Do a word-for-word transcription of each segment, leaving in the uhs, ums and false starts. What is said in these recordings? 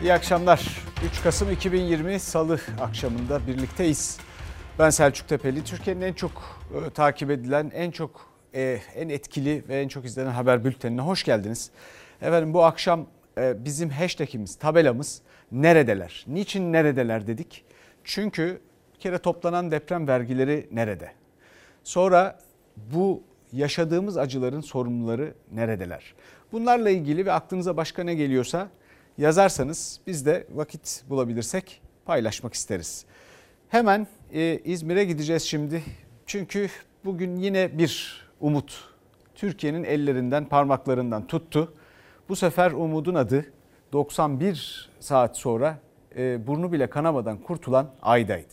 İyi akşamlar. üç Kasım iki bin yirmi Salı akşamında birlikteyiz. Ben Selçuk Tepeli. Türkiye'nin en çok e, takip edilen, en çok e, en etkili ve en çok izlenen haber bültenine hoş geldiniz. Efendim bu akşam e, bizim hashtagimiz, tabelamız neredeler? Niçin neredeler dedik? Çünkü bir kere toplanan deprem vergileri nerede? Sonra bu yaşadığımız acıların sorumluları neredeler? Bunlarla ilgili ve aklınıza başka ne geliyorsa yazarsanız biz de vakit bulabilirsek paylaşmak isteriz. Hemen e, İzmir'e gideceğiz şimdi. Çünkü bugün yine bir umut Türkiye'nin ellerinden, parmaklarından tuttu. Bu sefer umudun adı doksan bir saat sonra e, burnu bile kanamadan kurtulan Ayda'ydı.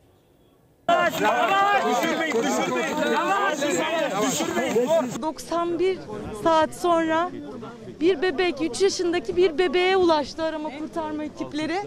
doksan bir saat sonra bir bebek, üç yaşındaki bir bebeğe ulaştı arama kurtarma ekipleri.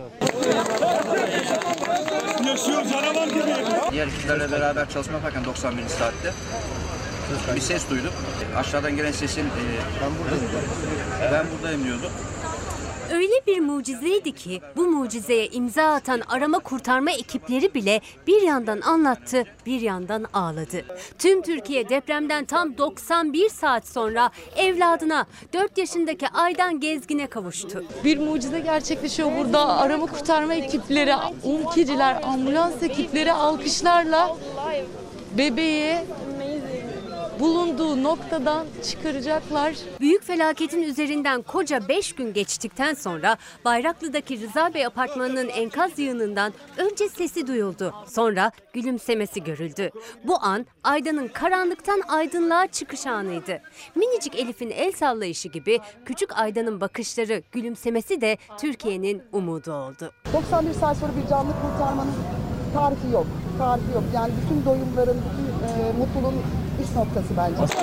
Diğer ekiplerle beraber çalışma yaparken doksan bir saatte bir ses duyduk. Aşağıdan gelen sesin e, ben buradayım diyordu. Ben buradayım diyordu. Öyle bir mucizeydi ki bu mucizeye imza atan arama kurtarma ekipleri bile bir yandan anlattı, bir yandan ağladı. Tüm Türkiye depremden tam doksan bir saat sonra evladına, dört yaşındaki Aydan Gezgin'e kavuştu. Bir mucize gerçekleşiyor burada. Arama kurtarma ekipleri, umkiciler, ambulans ekipleri alkışlarla bebeği bulunduğu noktadan çıkaracaklar. Büyük felaketin üzerinden koca beş gün geçtikten sonra Bayraklı'daki Rıza Bey apartmanının enkaz yığınından önce sesi duyuldu. Sonra gülümsemesi görüldü. Bu an Ayda'nın karanlıktan aydınlığa çıkış anıydı. Minicik Elif'in el sallayışı gibi küçük Ayda'nın bakışları, gülümsemesi de Türkiye'nin umudu oldu. doksan bir saat sonra bir canlı kurtarmanın tarifi yok. Tarifi yok. Yani bütün doyumların, bütün e, mutluluğun iş noktası bence.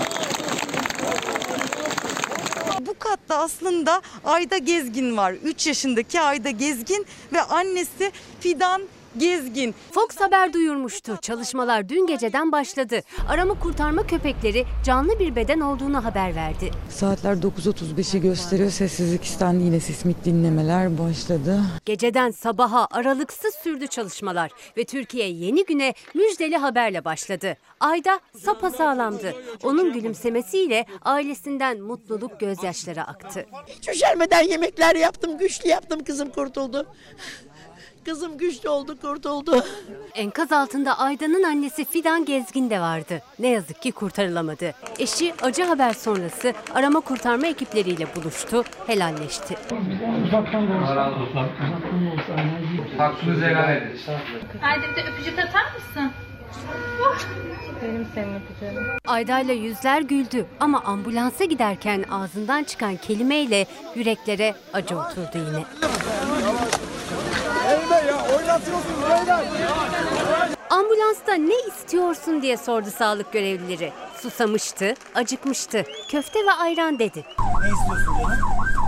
Bu katta aslında Ayda Gezgin var. üç yaşındaki Ayda Gezgin ve annesi Fidan Gezgin. Fox Haber duyurmuştu. Çalışmalar dün geceden başladı. Arama kurtarma köpekleri canlı bir beden olduğunu haber verdi. Saatler dokuz otuz beşi gösteriyor. Sessizlik istendi. Yine sismik dinlemeler başladı. Geceden sabaha aralıksız sürdü çalışmalar ve Türkiye yeni güne müjdeli haberle başladı. Ayda sapasağlamdı. Onun gülümsemesiyle ailesinden mutluluk gözyaşları aktı. Hiç üşenmeden yemekler yaptım, güçlü yaptım, kızım kurtuldu. Kızım güçlü oldu, kurtuldu. Enkaz altında Ayda'nın annesi Fidan Gezgin de vardı. Ne yazık ki kurtarılamadı. Eşi acı haber sonrası arama kurtarma ekipleriyle buluştu, helalleşti. Uzaktan da olsa. Hakkınızı helal edin. Ayda bir de öpücük atar mısın? Benim senin öpeceğim. Ayda'yla yüzler güldü ama ambulansa giderken ağzından çıkan kelimeyle yüreklere acı oturdu yine. Ambulansta ne istiyorsun diye sordu sağlık görevlileri. Susamıştı, acıkmıştı. Köfte ve ayran dedi. Ne istiyorsun canım?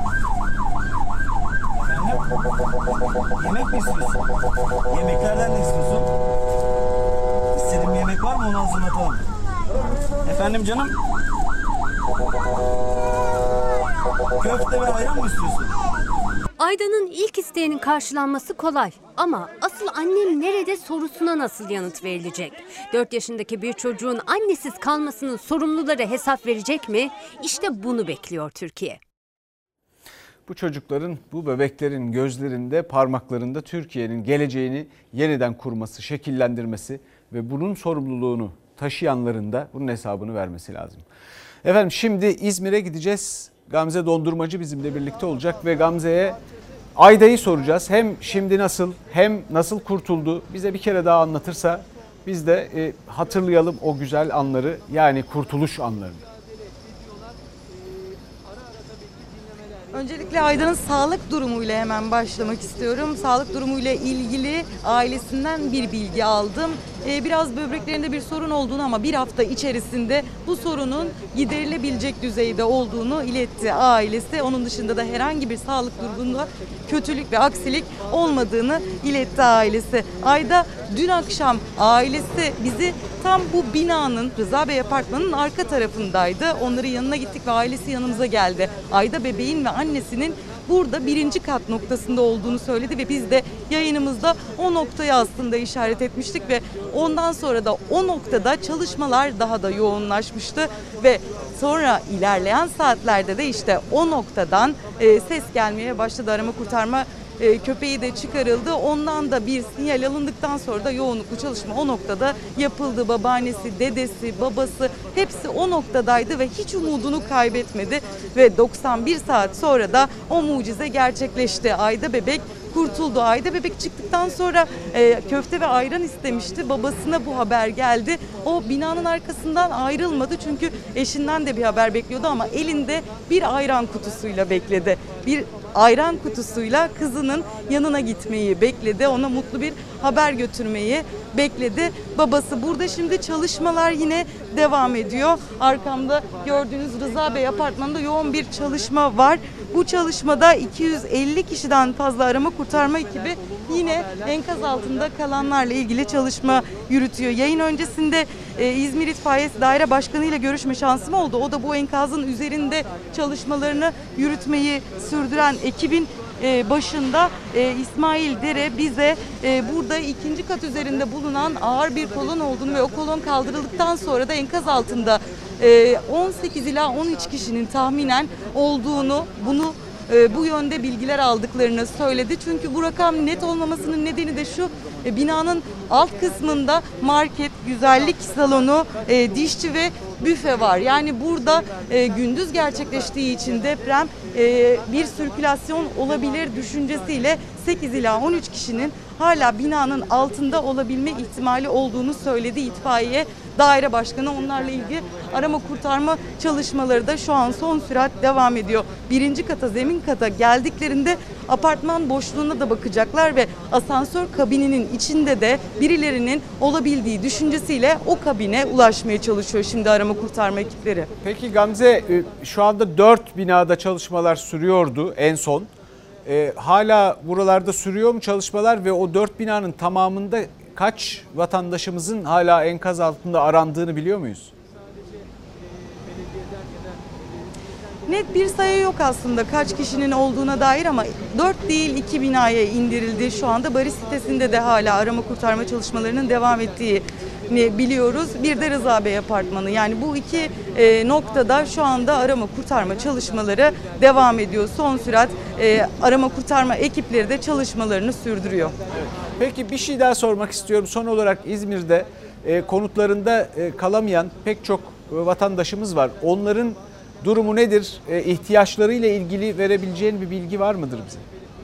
Efendim? Yemek mi istiyorsun? Yemeklerden ne istiyorsun? İstediğin bir yemek var mı? Onu hazırlatalım. Efendim canım? Köfte ve ayran mı istiyorsun? Ayda'nın ilk isteğinin karşılanması kolay ama asıl annem nerede sorusuna nasıl yanıt verilecek? dört yaşındaki bir çocuğun annesiz kalmasının sorumluları hesap verecek mi? İşte bunu bekliyor Türkiye. Bu çocukların, bu bebeklerin gözlerinde, parmaklarında Türkiye'nin geleceğini yeniden kurması, şekillendirmesi ve bunun sorumluluğunu taşıyanların da bunun hesabını vermesi lazım. Efendim şimdi İzmir'e gideceğiz. Gamze Dondurmacı bizimle birlikte olacak ve Gamze'ye Ayda'yı soracağız. Hem şimdi nasıl hem nasıl kurtuldu bize bir kere daha anlatırsa biz de e, hatırlayalım o güzel anları, yani kurtuluş anlarını. Öncelikle Ayda'nın sağlık durumuyla hemen başlamak istiyorum. Sağlık durumuyla ilgili ailesinden bir bilgi aldım. Ee, biraz böbreklerinde bir sorun olduğunu ama bir hafta içerisinde bu sorunun giderilebilecek düzeyde olduğunu iletti ailesi. Onun dışında da herhangi bir sağlık durumunda kötülük ve aksilik olmadığını iletti ailesi. Ayda dün akşam ailesi bizi tam bu binanın, Rıza Bey apartmanının arka tarafındaydı. Onların yanına gittik ve ailesi yanımıza geldi. Ayda bebeğin ve annesinin burada birinci kat noktasında olduğunu söyledi ve biz de yayınımızda o noktayı aslında işaret etmiştik ve ondan sonra da o noktada çalışmalar daha da yoğunlaşmıştı ve sonra ilerleyen saatlerde de işte o noktadan e, ses gelmeye başladı. Arama kurtarma e, köpeği de çıkarıldı. Ondan da bir sinyal alındıktan sonra da yoğunluklu çalışma o noktada yapıldı. Babaannesi, dedesi, babası hepsi o noktadaydı ve hiç umudunu kaybetmedi ve doksan bir saat sonra da o mucize gerçekleşti. Ayda bebek kurtuldu. Ayda bebek çıktıktan sonra e, köfte ve ayran istemişti. Babasına bu haber geldi. O binanın arkasından ayrılmadı çünkü eşinden de bir haber bekliyordu ama elinde bir ayran kutusuyla bekledi. Bir ayran kutusuyla kızının yanına gitmeyi bekledi. Ona mutlu bir haber götürmeyi bekledi. Babası burada şimdi çalışmalar yine devam ediyor. Arkamda gördüğünüz Rıza Bey apartmanında yoğun bir çalışma var. Bu çalışmada iki yüz elli kişiden fazla arama kurtarma ekibi yine enkaz altında kalanlarla ilgili çalışma yürütüyor. Yayın öncesinde e, İzmir İtfaiyesi Daire Başkanı ile görüşme şansım oldu. O da bu enkazın üzerinde çalışmalarını yürütmeyi sürdüren ekibin e, başında e, İsmail Dere bize e, burada ikinci kat üzerinde bulunan ağır bir kolon olduğunu ve o kolon kaldırıldıktan sonra da enkaz altında on sekiz ila on üç kişinin tahminen olduğunu, bunu bu yönde bilgiler aldıklarını söyledi. Çünkü bu rakam net olmamasının nedeni de şu: binanın alt kısmında market, güzellik salonu, dişçi ve büfe var. Yani burada gündüz gerçekleştiği için deprem bir sirkülasyon olabilir düşüncesiyle sekiz ila on üç kişinin hala binanın altında olabilme ihtimali olduğunu söyledi itfaiye daire başkanı. Onlarla ilgili arama kurtarma çalışmaları da şu an son sürat devam ediyor. Birinci kata, zemin kata geldiklerinde apartman boşluğuna da bakacaklar ve asansör kabininin içinde de birilerinin olabildiği düşüncesiyle o kabine ulaşmaya çalışıyor şimdi arama kurtarma ekipleri. Peki Gamze, şu anda dört binada çalışmalar sürüyordu en son. Ee, hala buralarda sürüyor mu çalışmalar ve o dört binanın tamamında kaç vatandaşımızın hala enkaz altında arandığını biliyor muyuz? Net bir sayı yok aslında kaç kişinin olduğuna dair ama dört değil iki binaya indirildi. Şu anda Barış sitesinde de hala arama kurtarma çalışmalarının devam ettiği biliyoruz. Bir de Rıza Bey apartmanı. Yani bu iki e, noktada şu anda arama kurtarma çalışmaları devam ediyor. Son sürat e, arama kurtarma ekipleri de çalışmalarını sürdürüyor. Peki bir şey daha sormak istiyorum. Son olarak İzmir'de e, konutlarında e, kalamayan pek çok e, vatandaşımız var. Onların durumu nedir? E, ihtiyaçlarıyla ilgili verebileceğin bir bilgi var mıdır bize?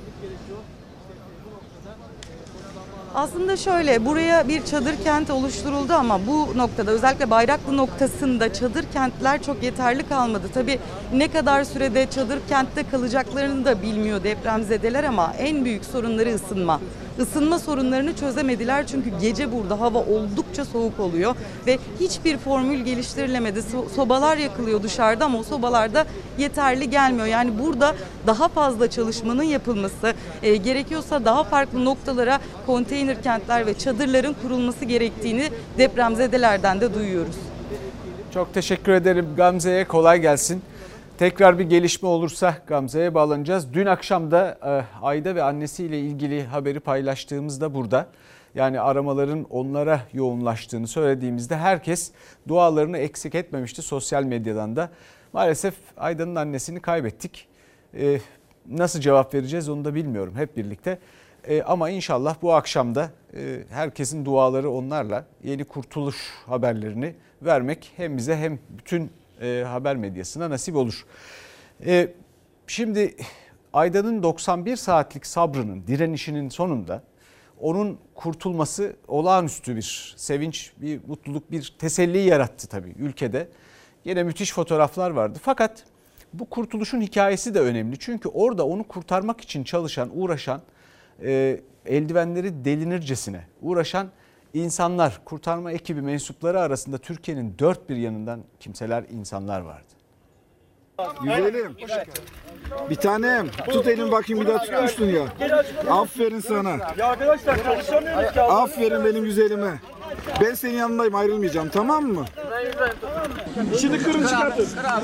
Aslında şöyle, buraya bir çadır kent oluşturuldu ama bu noktada özellikle Bayraklı noktasında çadır kentler çok yeterli kalmadı. Tabii ne kadar sürede çadır kentte kalacaklarını da bilmiyor depremzedeler ama en büyük sorunları ısınma. Isınma sorunlarını çözemediler çünkü gece burada hava oldukça soğuk oluyor ve hiçbir formül geliştirilemedi. So- sobalar yakılıyor dışarıda ama o sobalarda yeterli gelmiyor. Yani burada daha fazla çalışmanın yapılması, e, gerekiyorsa daha farklı noktalara konteyner kentler ve çadırların kurulması gerektiğini depremzedelerden de duyuyoruz. Çok teşekkür ederim Gamze'ye, kolay gelsin. Tekrar bir gelişme olursa Gamze'ye bağlanacağız. Dün akşam da e, Ayda ve annesiyle ilgili haberi paylaştığımızda burada, yani aramaların onlara yoğunlaştığını söylediğimizde herkes dualarını eksik etmemişti sosyal medyadan da. Maalesef Ayda'nın annesini kaybettik. E, nasıl cevap vereceğiz onu da bilmiyorum hep birlikte. E, ama inşallah bu akşam da e, herkesin duaları onlarla, yeni kurtuluş haberlerini vermek hem bize hem bütün E, haber medyasına nasip olur. E, şimdi Ayda'nın doksan bir saatlik sabrının, direnişinin sonunda onun kurtulması olağanüstü bir sevinç, bir mutluluk, bir teselli yarattı tabii ülkede. Yine müthiş fotoğraflar vardı. Fakat bu kurtuluşun hikayesi de önemli. Çünkü orada onu kurtarmak için çalışan, uğraşan, e, eldivenleri delinircesine uğraşan İnsanlar, kurtarma ekibi mensupları arasında Türkiye'nin dört bir yanından kimseler, insanlar vardı. Güzelim. Bir tanem. Tut elimi bakayım, bir daha tutmuştun ya. Aferin sana. Ya arkadaşlar çalışamıyoruz ki. Aferin benim güzelime. Ben senin yanındayım, ayrılmayacağım, tamam mı? İçini kırın çıkartın.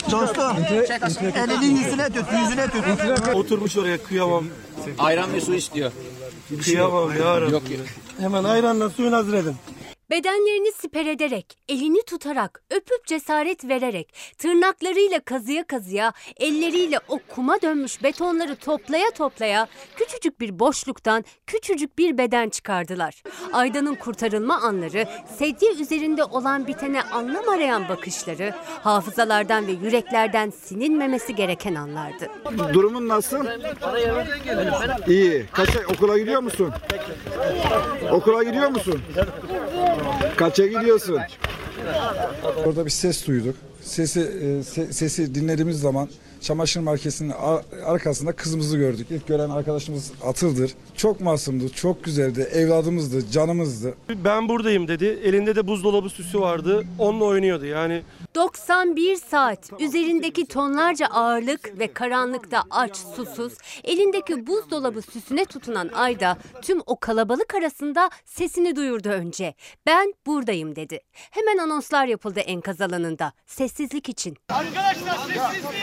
Dostum, elini yüzüne tut, yüzüne tut. Oturmuş oraya, kıyamam. Ayran ve su istiyor. Kıyamam ya Rabbi. Yok, hemen ayranla suyunu hazır edin. Bedenlerini siper ederek, elini tutarak, öpüp cesaret vererek, tırnaklarıyla kazıya kazıya, elleriyle o kuma dönmüş betonları toplaya toplaya küçücük bir boşluktan küçücük bir beden çıkardılar. Aydan'ın kurtarılma anları, sedye üzerinde olan bitene anlam arayan bakışları, hafızalardan ve yüreklerden silinmemesi gereken anlardı. Durumun nasıl? İyi. Kaça okula gidiyor musun? Okula gidiyor musun? Kaça gidiyorsun? Orada bir ses duyduk. Sesi e, se, sesi dinlediğimiz zaman çamaşır marketinin arkasında kızımızı gördük. İlk gören arkadaşımız Atıl'dır. Çok masumdu, çok güzeldi. Evladımızdı, canımızdı. Ben buradayım dedi. Elinde de buzdolabı süsü vardı. Onunla oynuyordu yani. doksan bir saat üzerindeki tonlarca ağırlık ve karanlıkta aç, susuz, elindeki buzdolabı süsüne tutunan Ayda tüm o kalabalık arasında sesini duyurdu önce. Ben buradayım dedi. Hemen anonslar yapıldı enkaz alanında. Sessizlik için. Arkadaşlar sessizlik.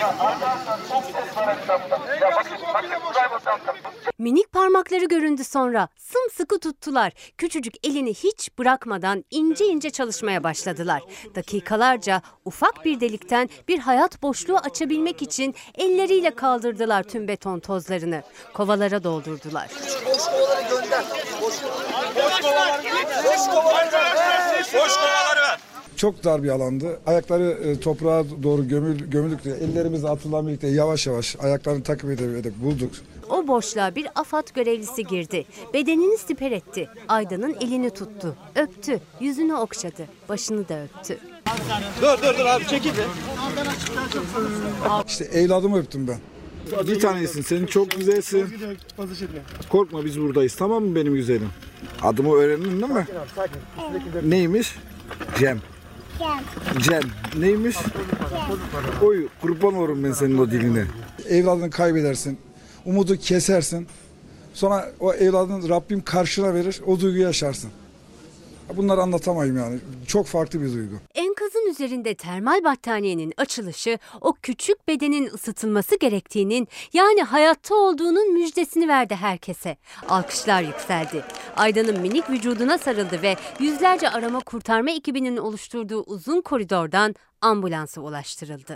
Minik parmakları göründü sonra. Sımsıkı tuttular. Küçücük elini hiç bırakmadan ince ince çalışmaya başladılar. Dakikalarca ufak bir delikten bir hayat boşluğu açabilmek için elleriyle kaldırdılar tüm beton tozlarını. Kovalara doldurdular. Boş kovaları gönder. Boş kovaları ver. Boş kovaları ver. Boş kovaları ver. Çok dar bir alandı. Ayakları e, toprağa doğru gömül, gömüldük diye ellerimizle Atıl'la birlikte yavaş yavaş ayaklarını takip ederek bulduk. O boşluğa bir AFAD görevlisi girdi. Bedenini siper etti. Aydan'ın elini tuttu. Öptü. Yüzünü okşadı. Başını da öptü. Dur dur dur abi çekil. İşte evladımı öptüm ben. Bir tanesin. Senin çok güzelsin. Korkma biz buradayız. Tamam mı benim güzelim? Adımı öğrendin değil mi? Neymiş? Cem. Cem. Neymiş? Oy kurban olurum ben senin o diline. Evladını kaybedersin. Umudu kesersin. Sonra o evladını Rabbim karşına verir. O duyguyu yaşarsın. Bunları anlatamayayım yani. Çok farklı bir duygu. Enkazın üzerinde termal battaniyenin açılışı o küçük bedenin ısıtılması gerektiğinin, yani hayatta olduğunun müjdesini verdi herkese. Alkışlar yükseldi. Aydan'ın minik vücuduna sarıldı ve yüzlerce arama kurtarma ekibinin oluşturduğu uzun koridordan ambulansa ulaştırıldı.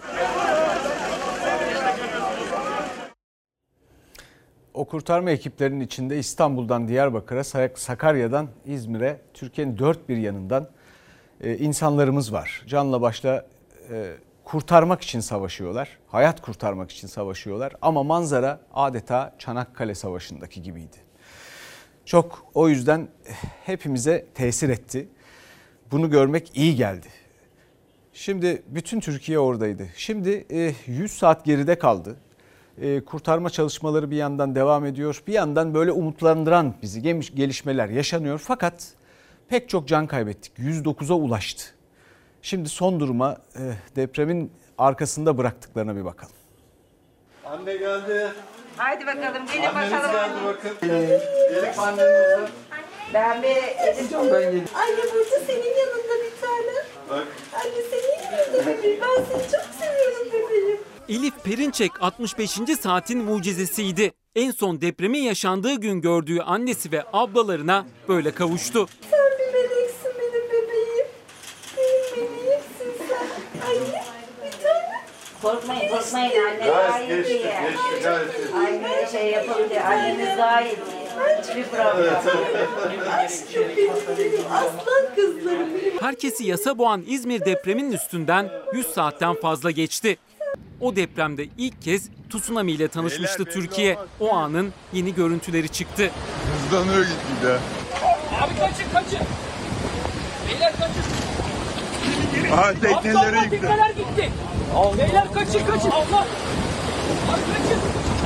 O kurtarma ekiplerinin içinde İstanbul'dan Diyarbakır'a, Sakarya'dan İzmir'e, Türkiye'nin dört bir yanından e, insanlarımız var. Canla başla e, kurtarmak için savaşıyorlar, hayat kurtarmak için savaşıyorlar ama manzara adeta Çanakkale Savaşı'ndaki gibiydi. Çok o yüzden hepimize tesir etti. Bunu görmek iyi geldi. Şimdi bütün Türkiye oradaydı. Şimdi e, yüz saat geride kaldı. Kurtarma çalışmaları bir yandan devam ediyor. Bir yandan böyle umutlandıran bizi gelişmeler yaşanıyor. Fakat pek çok can kaybettik. yüz dokuza ulaştı. Şimdi son duruma depremin arkasında bıraktıklarına bir bakalım. Anne geldi. Haydi bakalım gelin Anneniz bakalım. geldi bakın. Elif anneniz. Ben bir Elif. Anne burada senin yanında bir tane. Bak. Anne senin yanında bebeğim. Ben seni çok seviyorum bebeğim. Elif Perinçek altmış beşinci saatin mucizesiydi. En son depremin yaşandığı gün gördüğü annesi ve ablalarına böyle kavuştu. Sen bir meleksin benim bebeğim. Benim meleğimsin sen. Anne bir tane. Korkmayın korkmayın anne gayet iyi. Geçti geçti gayet iyi. Anne şey yapıldı annemiz gayet iyi. Hiçbir problem. Aşkım benim benim aslan kızlarım benim. Herkesi yasa boğan İzmir depreminin üstünden yüz saatten fazla geçti. O depremde ilk kez tsunami ile tanışmıştı Türkiye. O anın yeni görüntüleri çıktı. Hızlanıyor gitgide. Abi kaçın kaçın. Beyler kaçın. Aha tekneleri yıktı. Tekneler gitti. Beyler kaçın kaçın. Allah. Abi kaçın.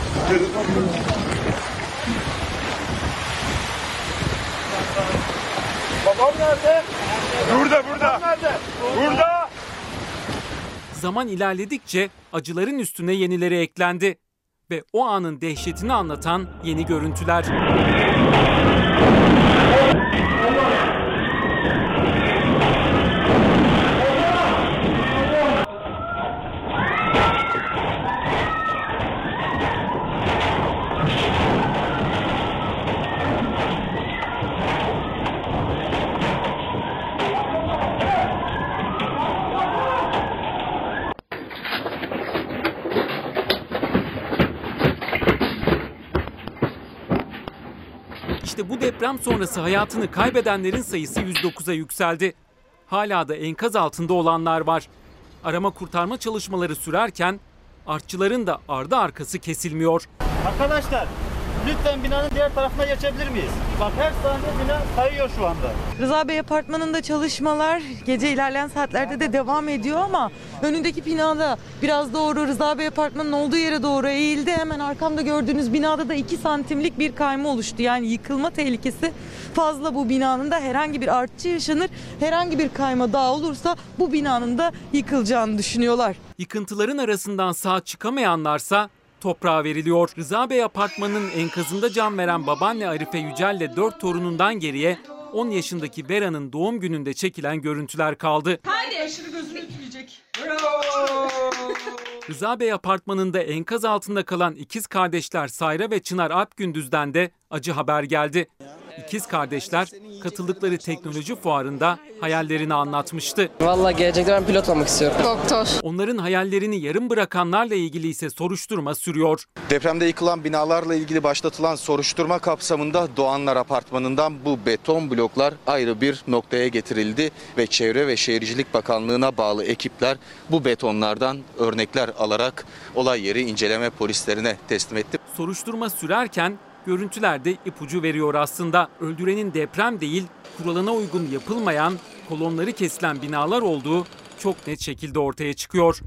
Babam nerede? Burada burada. Babam nerede? Burada. Zaman ilerledikçe acıların üstüne yenileri eklendi. Ve o anın dehşetini anlatan yeni görüntüler. İşte bu deprem sonrası hayatını kaybedenlerin sayısı yüz dokuza yükseldi. Hala da enkaz altında olanlar var. Arama kurtarma çalışmaları sürerken artçıların da ardı arkası kesilmiyor. Arkadaşlar lütfen binanın diğer tarafına geçebilir miyiz? Bak her saniye bina kayıyor şu anda. Rıza Bey apartmanında çalışmalar gece ilerleyen saatlerde de devam ediyor ama önündeki binada biraz doğru Rıza Bey apartmanının olduğu yere doğru eğildi. Hemen arkamda gördüğünüz binada da iki santimlik bir kayma oluştu. Yani yıkılma tehlikesi fazla bu binanın da, herhangi bir artçı yaşanır, herhangi bir kayma daha olursa bu binanın da yıkılacağını düşünüyorlar. Yıkıntıların arasından sağ çıkamayanlarsa toprağa veriliyor. Rıza Bey apartmanının enkazında can veren babaanne Arife Yücel'le dört torunundan geriye on yaşındaki Vera'nın doğum gününde çekilen görüntüler kaldı. Haydi. Aşırı gözünü ütüleyecek. Rıza Bey apartmanında enkaz altında kalan ikiz kardeşler Sayra ve Çınar Alpgündüz'den de acı haber geldi. İkiz kardeşler katıldıkları teknoloji fuarında hayallerini anlatmıştı. Vallahi gelecekte ben pilot olmak istiyorum. Doktor. Onların hayallerini yarım bırakanlarla ilgili ise soruşturma sürüyor. Depremde yıkılan binalarla ilgili başlatılan soruşturma kapsamında Doğanlar Apartmanı'ndan bu beton bloklar ayrı bir noktaya getirildi ve Çevre ve Şehircilik Bakanlığı'na bağlı ekipler bu betonlardan örnekler alarak olay yeri inceleme polislerine teslim etti. Soruşturma sürerken görüntüler de ipucu veriyor aslında. Öldürenin deprem değil, kuralına uygun yapılmayan, kolonları kesilen binalar olduğu çok net şekilde ortaya çıkıyor.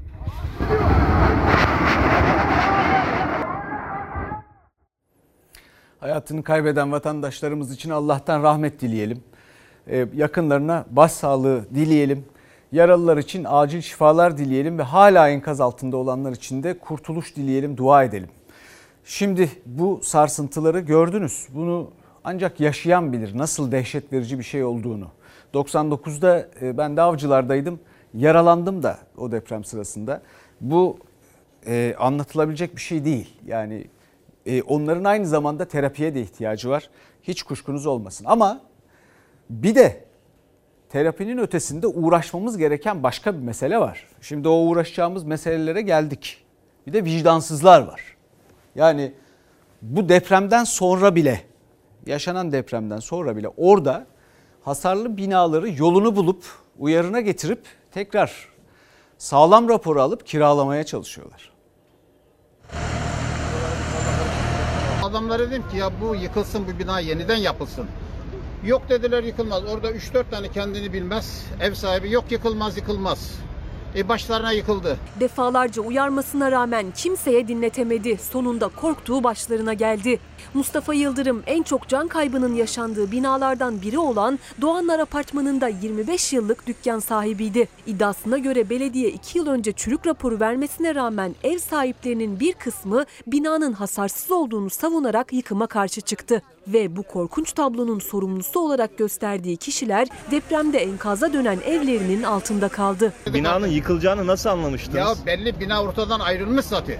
Hayatını kaybeden vatandaşlarımız için Allah'tan rahmet dileyelim. Ee, yakınlarına başsağlığı dileyelim. Yaralılar için acil şifalar dileyelim ve hala enkaz altında olanlar için de kurtuluş dileyelim, dua edelim. Şimdi bu sarsıntıları gördünüz. Bunu ancak yaşayan bilir nasıl dehşet verici bir şey olduğunu. doksan dokuzda ben de Avcılar'daydım. Yaralandım da o deprem sırasında. Bu e, anlatılabilecek bir şey değil. Yani e, onların aynı zamanda terapiye de ihtiyacı var. Hiç kuşkunuz olmasın. Ama bir de terapinin ötesinde uğraşmamız gereken başka bir mesele var. Şimdi o uğraşacağımız meselelere geldik. Bir de vicdansızlar var. Yani bu depremden sonra bile, yaşanan depremden sonra bile orada hasarlı binaları yolunu bulup uyarına getirip tekrar sağlam raporu alıp kiralamaya çalışıyorlar. Adamlara dedim ki ya bu yıkılsın, bu bina yeniden yapılsın. Yok dediler, yıkılmaz. Orada üç dört tane kendini bilmez ev sahibi, yok yıkılmaz yıkılmaz. E başlarına yıkıldı. Defalarca uyarmasına rağmen kimseye dinletemedi. Sonunda korktuğu başlarına geldi. Mustafa Yıldırım en çok can kaybının yaşandığı binalardan biri olan Doğanlar Apartmanı'nda yirmi beş yıllık dükkan sahibiydi. İddiasına göre belediye iki yıl önce çürük raporu vermesine rağmen ev sahiplerinin bir kısmı binanın hasarsız olduğunu savunarak yıkıma karşı çıktı. Ve bu korkunç tablonun sorumlusu olarak gösterdiği kişiler depremde enkaza dönen evlerinin altında kaldı. Binanın yıkılacağını nasıl anlamıştınız? Ya belli, bina ortadan ayrılmış zaten.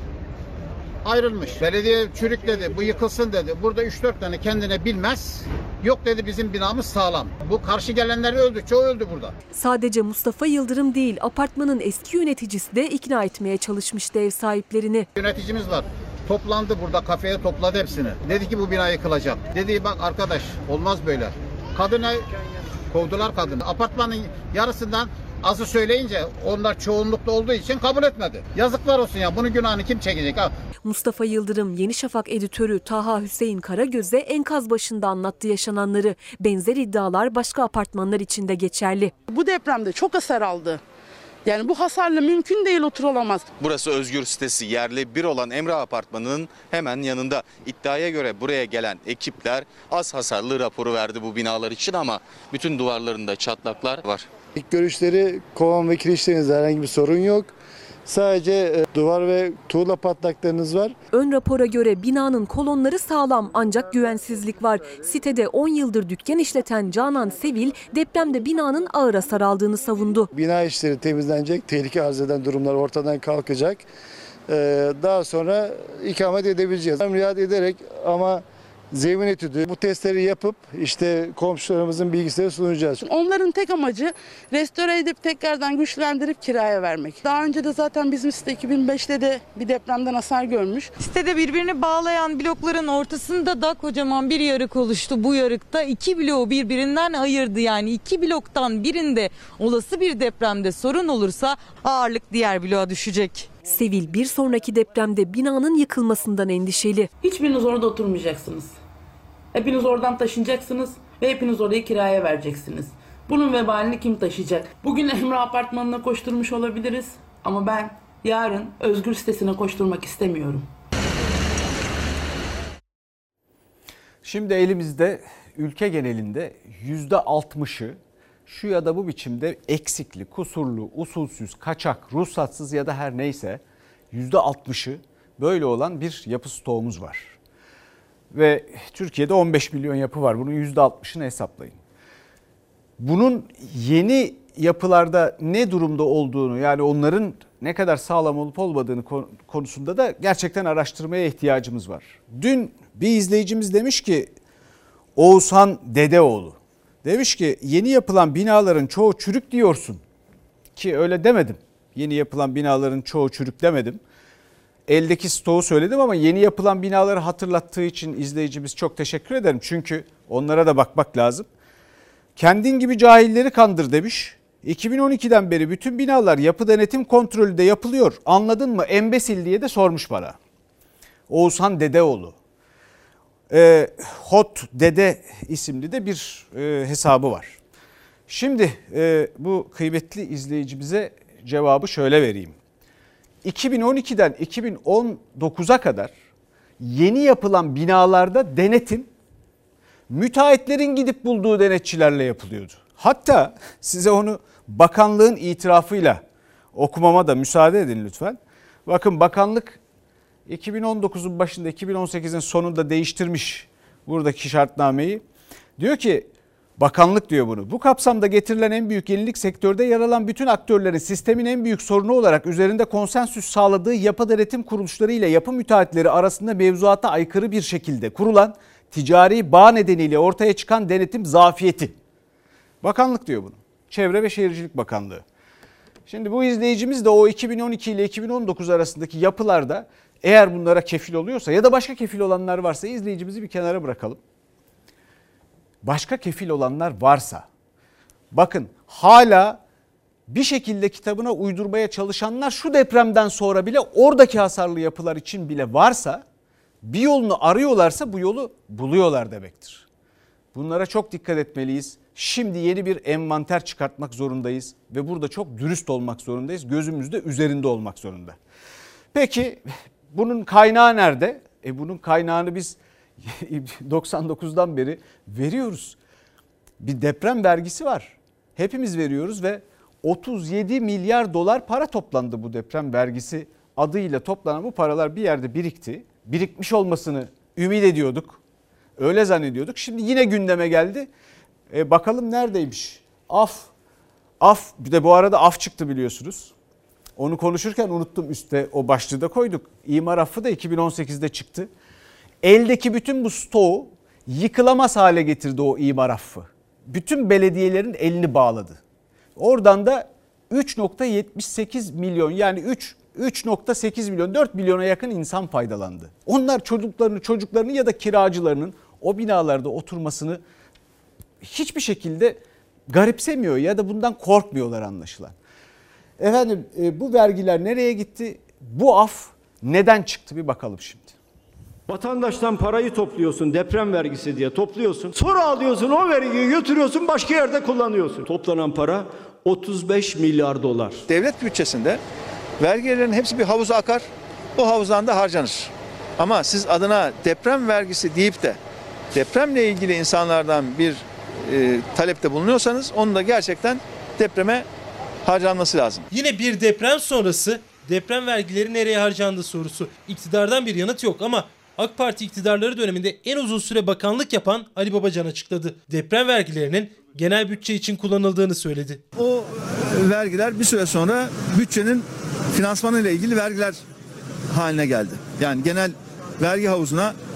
Ayrılmış. Belediye çürükledi, bu yıkılsın dedi. Burada üç dört tane kendine bilmez. Yok dedi, bizim binamız sağlam. Bu karşı gelenler öldü, çoğu öldü burada. Sadece Mustafa Yıldırım değil, apartmanın eski yöneticisi de ikna etmeye çalışmıştı ev sahiplerini. Yöneticimiz var. Toplandı burada, kafeye topladı hepsini. Dedi ki bu bina yıkılacak. Dedi bak arkadaş, olmaz böyle. Kadına kovdular kadını. Apartmanın yarısından azı söyleyince onlar çoğunlukta olduğu için kabul etmedi. Yazıklar olsun ya, bunun günahını kim çekecek ha? Mustafa Yıldırım, Yeni Şafak editörü Taha Hüseyin Karagöz'e enkaz başında anlattı yaşananları. Benzer iddialar başka apartmanlar için de geçerli. Bu depremde çok hasar aldı. Yani bu hasarla mümkün değil oturulamaz. Burası Özgür sitesi, yerli bir olan Emrah Apartmanı'nın hemen yanında. İddiaya göre buraya gelen ekipler az hasarlı raporu verdi bu binalar için ama bütün duvarlarında çatlaklar var. İlk görüşleri kovan ve kirişlerinizde herhangi bir sorun yok. Sadece duvar ve tuğla patlaklarınız var. Ön rapora göre binanın kolonları sağlam ancak güvensizlik var. Sitede on yıldır dükkan işleten Canan Sevil depremde binanın ağır hasar aldığını savundu. Bina işleri temizlenecek, tehlike arz eden durumlar ortadan kalkacak. Daha sonra ikamet edebileceğiz. Riayet ederek ama zemin etüdü. Bu testleri yapıp işte komşularımızın bilgisine sunacağız. Onların tek amacı restore edip tekrardan güçlendirip kiraya vermek. Daha önce de zaten bizim site iki bin beşte de bir depremden hasar görmüş. Sitede birbirini bağlayan blokların ortasında da kocaman bir yarık oluştu. Bu yarıkta iki bloğu birbirinden ayırdı. Yani iki bloktan birinde olası bir depremde sorun olursa ağırlık diğer bloğa düşecek. Sevil bir sonraki depremde binanın yıkılmasından endişeli. Hiçbiriniz orada oturmayacaksınız. Hepiniz oradan taşınacaksınız ve hepiniz orayı kiraya vereceksiniz. Bunun vebalini kim taşıyacak? Bugün Emrah Apartmanı'na koşturmuş olabiliriz ama ben yarın Özgür sitesine koşturmak istemiyorum. Şimdi elimizde ülke genelinde yüzde altmışı şu ya da bu biçimde eksikli, kusurlu, usulsüz, kaçak, ruhsatsız ya da her neyse yüzde altmışı böyle olan bir yapı stoğumuz var. Ve Türkiye'de on beş milyon yapı var. Bunun yüzde altmışını hesaplayın. Bunun yeni yapılarda ne durumda olduğunu, yani onların ne kadar sağlam olup olmadığını konusunda da gerçekten araştırmaya ihtiyacımız var. Dün bir izleyicimiz demiş ki, Oğuzhan Dedeoğlu demiş ki yeni yapılan binaların çoğu çürük diyorsun. Ki öyle demedim. Yeni yapılan binaların çoğu çürük demedim. Eldeki stoğu söyledim ama yeni yapılan binaları hatırlattığı için izleyicimiz çok teşekkür ederim. Çünkü onlara da bakmak lazım. Kendin gibi cahilleri kandır demiş. iki bin on ikiden beri bütün binalar yapı denetim kontrolü de yapılıyor. Anladın mı embesil diye de sormuş bana. Oğuzhan Dedeoğlu. E, Hot Dede isimli de bir e, hesabı var. Şimdi e, bu kıymetli izleyicimize cevabı şöyle vereyim. iki bin on ikiden iki bin on dokuza kadar yeni yapılan binalarda denetim müteahhitlerin gidip bulduğu denetçilerle yapılıyordu. Hatta size onu bakanlığın itirafıyla okumama da müsaade edin lütfen. Bakın bakanlık iki bin on dokuzun başında iki bin on sekizin sonunda değiştirmiş buradaki şartnameyi. Diyor ki bakanlık diyor bunu. Bu kapsamda getirilen en büyük yenilik sektörde yer alan bütün aktörlerin sistemin en büyük sorunu olarak üzerinde konsensüs sağladığı yapı denetim kuruluşları ile yapı müteahhitleri arasında mevzuata aykırı bir şekilde kurulan ticari bağ nedeniyle ortaya çıkan denetim zafiyeti. Bakanlık diyor bunu. Çevre ve Şehircilik Bakanlığı. Şimdi bu izleyicimiz de o iki bin on iki ile iki bin on dokuz arasındaki yapılarda eğer bunlara kefil oluyorsa ya da başka kefil olanlar varsa izleyicimizi bir kenara bırakalım. Başka kefil olanlar varsa bakın hala bir şekilde kitabına uydurmaya çalışanlar şu depremden sonra bile oradaki hasarlı yapılar için bile varsa bir yolunu arıyorlarsa bu yolu buluyorlar demektir. Bunlara çok dikkat etmeliyiz. Şimdi yeni bir envanter çıkartmak zorundayız ve burada çok dürüst olmak zorundayız. Gözümüz de üzerinde olmak zorunda. Peki bunun kaynağı nerede? E bunun kaynağını biz doksan dokuzdan beri veriyoruz. Bir deprem vergisi var. Hepimiz veriyoruz ve otuz yedi milyar dolar para toplandı bu deprem vergisi adıyla toplanan bu paralar bir yerde birikti. Birikmiş olmasını ümit ediyorduk. Öyle zannediyorduk. Şimdi yine gündeme geldi. E bakalım neredeymiş? Af. Af. Bir de bu arada af çıktı biliyorsunuz. Onu konuşurken unuttum, üstte o başlığı da koyduk. İmar affı da iki bin on sekizde çıktı. Eldeki bütün bu stoğu yıkılamaz hale getirdi o imar affı. Bütün belediyelerin elini bağladı. Oradan da üç nokta yetmiş sekiz milyon yani üç nokta sekiz milyon dört milyona yakın insan faydalandı. Onlar çocuklarını çocuklarını ya da kiracılarının o binalarda oturmasını hiçbir şekilde garipsemiyor ya da bundan korkmuyorlar anlaşılan. Efendim bu vergiler nereye gitti? Bu af neden çıktı bir bakalım şimdi. Vatandaştan parayı topluyorsun, deprem vergisi diye topluyorsun. Sonra alıyorsun o vergiyi götürüyorsun başka yerde kullanıyorsun. Toplanan para otuz beş milyar dolar. Devlet bütçesinde vergilerin hepsi bir havuza akar. O havuzdan da harcanır. Ama siz adına deprem vergisi deyip de depremle ilgili insanlardan bir e, talepte bulunuyorsanız onun da gerçekten depreme harcanması lazım. Yine bir deprem sonrası deprem vergileri nereye harcandı sorusu. İktidardan bir yanıt yok ama AK Parti iktidarları döneminde en uzun süre bakanlık yapan Ali Babacan açıkladı. Deprem vergilerinin genel bütçe için kullanıldığını söyledi. O vergiler bir süre sonra bütçenin finansmanı ile ilgili vergiler haline geldi. Yani genel vergi havuzuna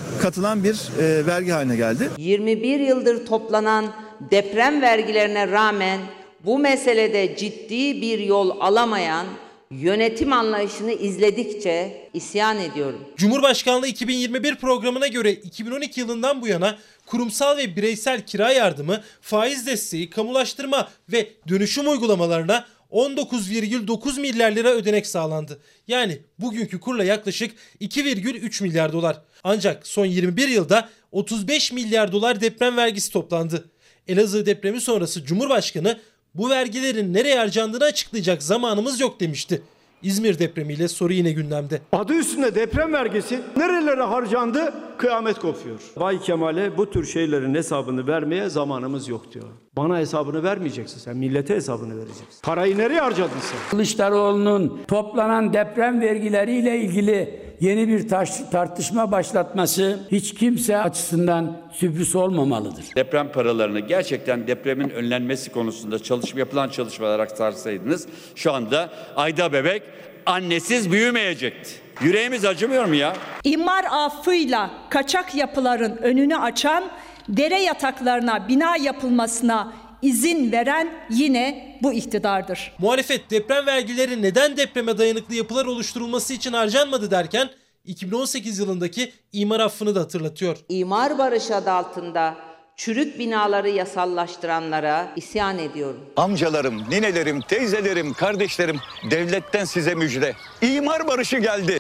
katılan bir e, vergi haline geldi. yirmi bir yıldır toplanan deprem vergilerine rağmen bu meselede ciddi bir yol alamayan yönetim anlayışını izledikçe isyan ediyorum. Cumhurbaşkanlığı iki bin yirmi bir programına göre iki bin on iki yılından bu yana kurumsal ve bireysel kira yardımı, faiz desteği, kamulaştırma ve dönüşüm uygulamalarına on dokuz virgül dokuz milyar lira ödenek sağlandı. Yani bugünkü kurla yaklaşık iki virgül üç milyar dolar. Ancak son yirmi bir yılda otuz beş milyar dolar deprem vergisi toplandı. Elazığ depremi sonrası Cumhurbaşkanı bu vergilerin nereye harcandığını açıklayacak zamanımız yok demişti. İzmir depremiyle soru yine gündemde. Adı üstünde deprem vergisi nerelere harcandı? Kıyamet kopuyor. Bay Kemal'e bu tür şeylerin hesabını vermeye zamanımız yok diyor. Bana hesabını vermeyeceksin sen, millete hesabını vereceksin. Parayı nereye harcadın sen? Kılıçdaroğlu'nun toplanan deprem vergileriyle ilgili yeni bir tartışma başlatması hiç kimse açısından sürpriz olmamalıdır. Deprem paralarını gerçekten depremin önlenmesi konusunda çalışma yapılan çalışmalar aktarsaydınız şu anda Ayda bebek annesiz büyümeyecekti. Yüreğimiz acımıyor mu ya? İmar affıyla kaçak yapıların önünü açan, dere yataklarına bina yapılmasına izin veren yine bu iktidardır. Muhalefet deprem vergileri neden depreme dayanıklı yapılar oluşturulması için harcanmadı derken iki bin on sekiz yılındaki imar affını da hatırlatıyor. İmar barışı adı altında çürük binaları yasallaştıranlara isyan ediyorum. Amcalarım, ninelerim, teyzelerim, kardeşlerim, devletten size müjde. İmar barışı geldi.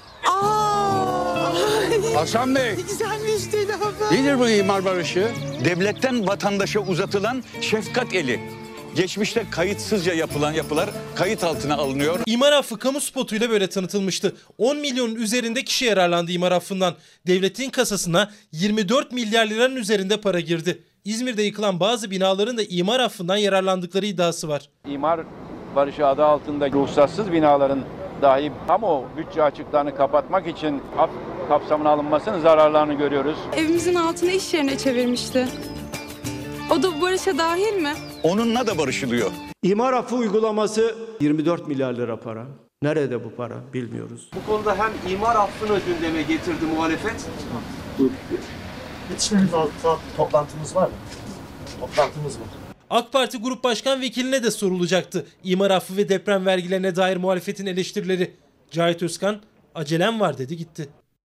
Aa! Hasan Bey. Ne güzel müjdeli haber. Nedir bu imar barışı? Devletten vatandaşa uzatılan şefkat eli. Geçmişte kayıtsızca yapılan yapılar kayıt altına alınıyor. İmar affı kamu spotuyla böyle tanıtılmıştı. on milyonun üzerinde kişi yararlandı imar affından. Devletin kasasına yirmi dört milyar liranın üzerinde para girdi. İzmir'de yıkılan bazı binaların da imar affından yararlandıkları iddiası var. İmar barışı adı altında ruhsatsız binaların dahi kamu bütçe açıklarını kapatmak için af kapsamına alınmasının zararlarını görüyoruz. Evimizin altını iş yerine çevirmişti. O da bu barışa dahil mi? Onunla da barışılıyor. İmar affı uygulaması yirmi dört milyar lira para. Nerede bu para bilmiyoruz. Bu konuda hem imar affını gündeme getirdi muhalefet. Yetişmemiz lazım. Toplantımız var mı? Toplantımız var. AK Parti Grup Başkan Vekiline de sorulacaktı İmar affı ve deprem vergilerine dair muhalefetin eleştirileri. Cahit Özkan acelem var dedi gitti.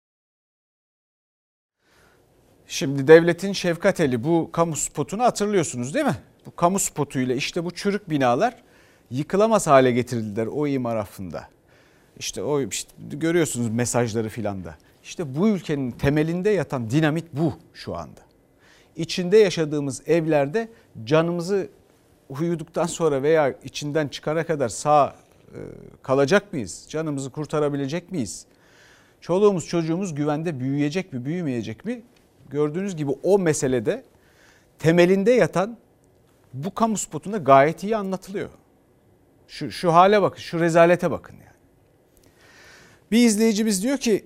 Şimdi devletin şefkat eli, bu kamu spotunu hatırlıyorsunuz değil mi? Bu kamu spotuyla işte bu çürük binalar yıkılamaz hale getirildiler o imar affında. İşte o işte görüyorsunuz mesajları filan da. İşte bu ülkenin temelinde yatan dinamit bu şu anda. İçinde yaşadığımız evlerde canımızı uyuduktan sonra veya içinden çıkana kadar sağ e, kalacak mıyız? Canımızı kurtarabilecek miyiz? Çoluğumuz çocuğumuz güvende büyüyecek mi büyümeyecek mi? Gördüğünüz gibi o meselede temelinde yatan bu kamu spotunda gayet iyi anlatılıyor. Şu, şu hale bakın, şu rezalete bakın yani. Bir izleyicimiz diyor ki,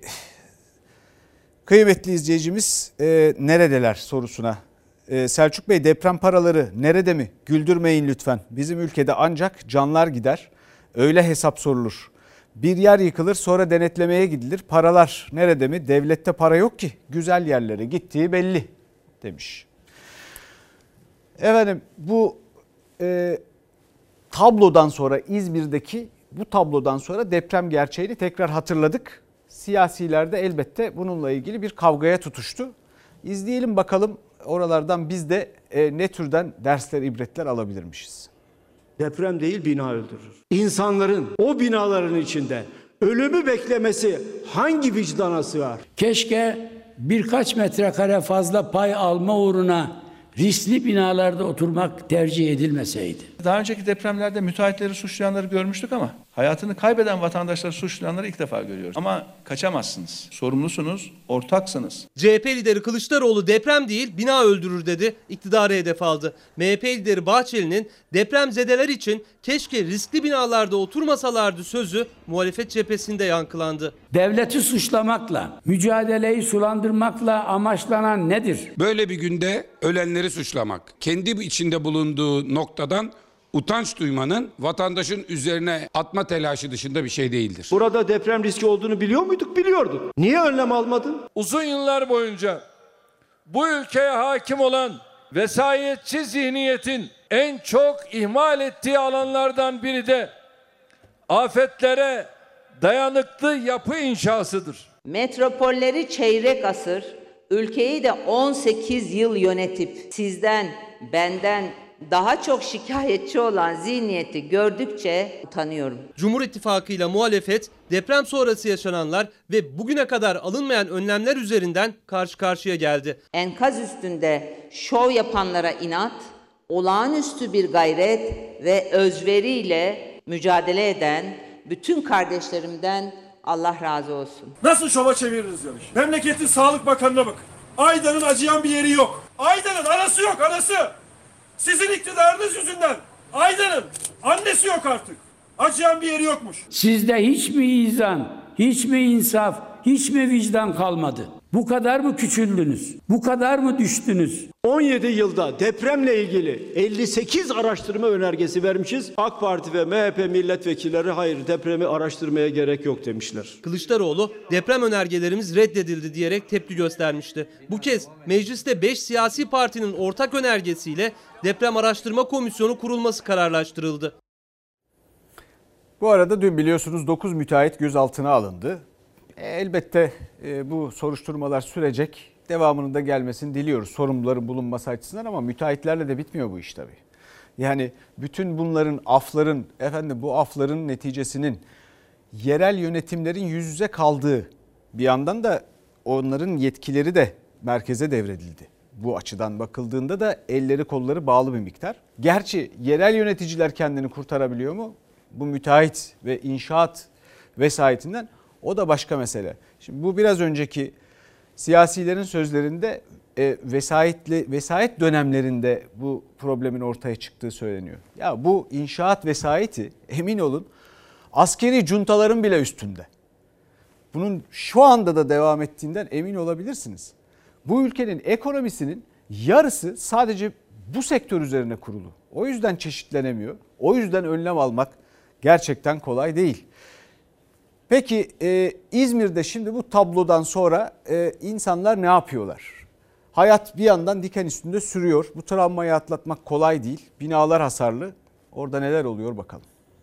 kıymetli izleyicimiz e, neredeler sorusuna. E, Selçuk Bey, deprem paraları nerede mi? Güldürmeyin lütfen. Bizim ülkede ancak canlar gider. Öyle hesap sorulur. Bir yer yıkılır, sonra denetlemeye gidilir. Paralar nerede mi? Devlette para yok ki. Güzel yerlere gittiği belli demiş. Efendim bu e, tablodan sonra İzmir'deki bu tablodan sonra deprem gerçeğini tekrar hatırladık. Siyasiler de elbette bununla ilgili bir kavgaya tutuştu. İzleyelim bakalım oralardan biz de e, ne türden dersler, ibretler alabilirmişiz. Deprem değil, bina öldürür. İnsanların o binaların içinde ölümü beklemesi hangi vicdana sığar? Keşke birkaç metrekare fazla pay alma uğruna riskli binalarda oturmak tercih edilmeseydi. Daha önceki depremlerde müteahhitleri suçlayanları görmüştük ama hayatını kaybeden vatandaşları suçlayanları ilk defa görüyoruz. Ama kaçamazsınız. Sorumlusunuz, ortaksınız. C H P lideri Kılıçdaroğlu deprem değil bina öldürür dedi, iktidarı hedef aldı. M H P lideri Bahçeli'nin depremzedeler için keşke riskli binalarda oturmasalardı sözü muhalefet cephesinde yankılandı. Devleti suçlamakla, mücadeleyi sulandırmakla amaçlanan nedir? Böyle bir günde ölenleri suçlamak, kendi içinde bulunduğu noktadan utanç duymanın vatandaşın üzerine atma telaşı dışında bir şey değildir. Burada deprem riski olduğunu biliyor muyduk? Biliyorduk. Niye önlem almadın? Uzun yıllar boyunca bu ülkeye hakim olan vesayetçi zihniyetin en çok ihmal ettiği alanlardan biri de afetlere dayanıklı yapı inşasıdır. Metropolleri çeyrek asır, ülkeyi de on sekiz yıl yönetip sizden, benden daha çok şikayetçi olan zihniyeti gördükçe utanıyorum. Cumhur İttifakı ile muhalefet deprem sonrası yaşananlar ve bugüne kadar alınmayan önlemler üzerinden karşı karşıya geldi. Enkaz üstünde şov yapanlara inat, olağanüstü bir gayret ve özveriyle mücadele eden bütün kardeşlerimden Allah razı olsun. Nasıl şova çeviririz demiş. Memleketin Sağlık Bakanı'na bakın. Aydan'ın acıyan bir yeri yok. Aydan'ın anası yok, anası. Sizin iktidarınız yüzünden Aydan'ın annesi yok artık. Acıyan bir yeri yokmuş. Sizde hiç mi izan, hiç mi insaf, hiç mi vicdan kalmadı? Bu kadar mı küçüldünüz? Bu kadar mı düştünüz? on yedi yılda depremle ilgili elli sekiz araştırma önergesi vermişiz. AK Parti ve M H P milletvekilleri hayır depremi araştırmaya gerek yok demişler. Kılıçdaroğlu deprem önergelerimiz reddedildi diyerek tepki göstermişti. Bu kez mecliste beş siyasi partinin ortak önergesiyle deprem araştırma komisyonu kurulması kararlaştırıldı. Bu arada dün biliyorsunuz dokuz müteahhit gözaltına alındı. Elbette bu soruşturmalar sürecek. Devamının da gelmesini diliyoruz. Sorumluların bulunması açısından ama müteahhitlerle de bitmiyor bu iş tabii. Yani bütün bunların afların, efendim bu afların neticesinin yerel yönetimlerin yüz yüze kaldığı, bir yandan da onların yetkileri de merkeze devredildi. Bu açıdan bakıldığında da elleri kolları bağlı bir miktar. Gerçi yerel yöneticiler kendini kurtarabiliyor mu? Bu müteahhit ve inşaat vesayetinden o da başka mesele. Şimdi bu biraz önceki siyasilerin sözlerinde e, vesayetli vesayet dönemlerinde bu problemin ortaya çıktığı söyleniyor. Ya bu inşaat vesayeti emin olun askeri cuntaların bile üstünde. Bunun şu anda da devam ettiğinden emin olabilirsiniz. Bu ülkenin ekonomisinin yarısı sadece bu sektör üzerine kurulu. O yüzden çeşitlenemiyor. O yüzden önlem almak gerçekten kolay değil. Peki e, İzmir'de şimdi bu tablodan sonra e, insanlar ne yapıyorlar? Hayat bir yandan diken üstünde sürüyor. Bu travmayı atlatmak kolay değil. Binalar hasarlı. Orada neler oluyor bakalım.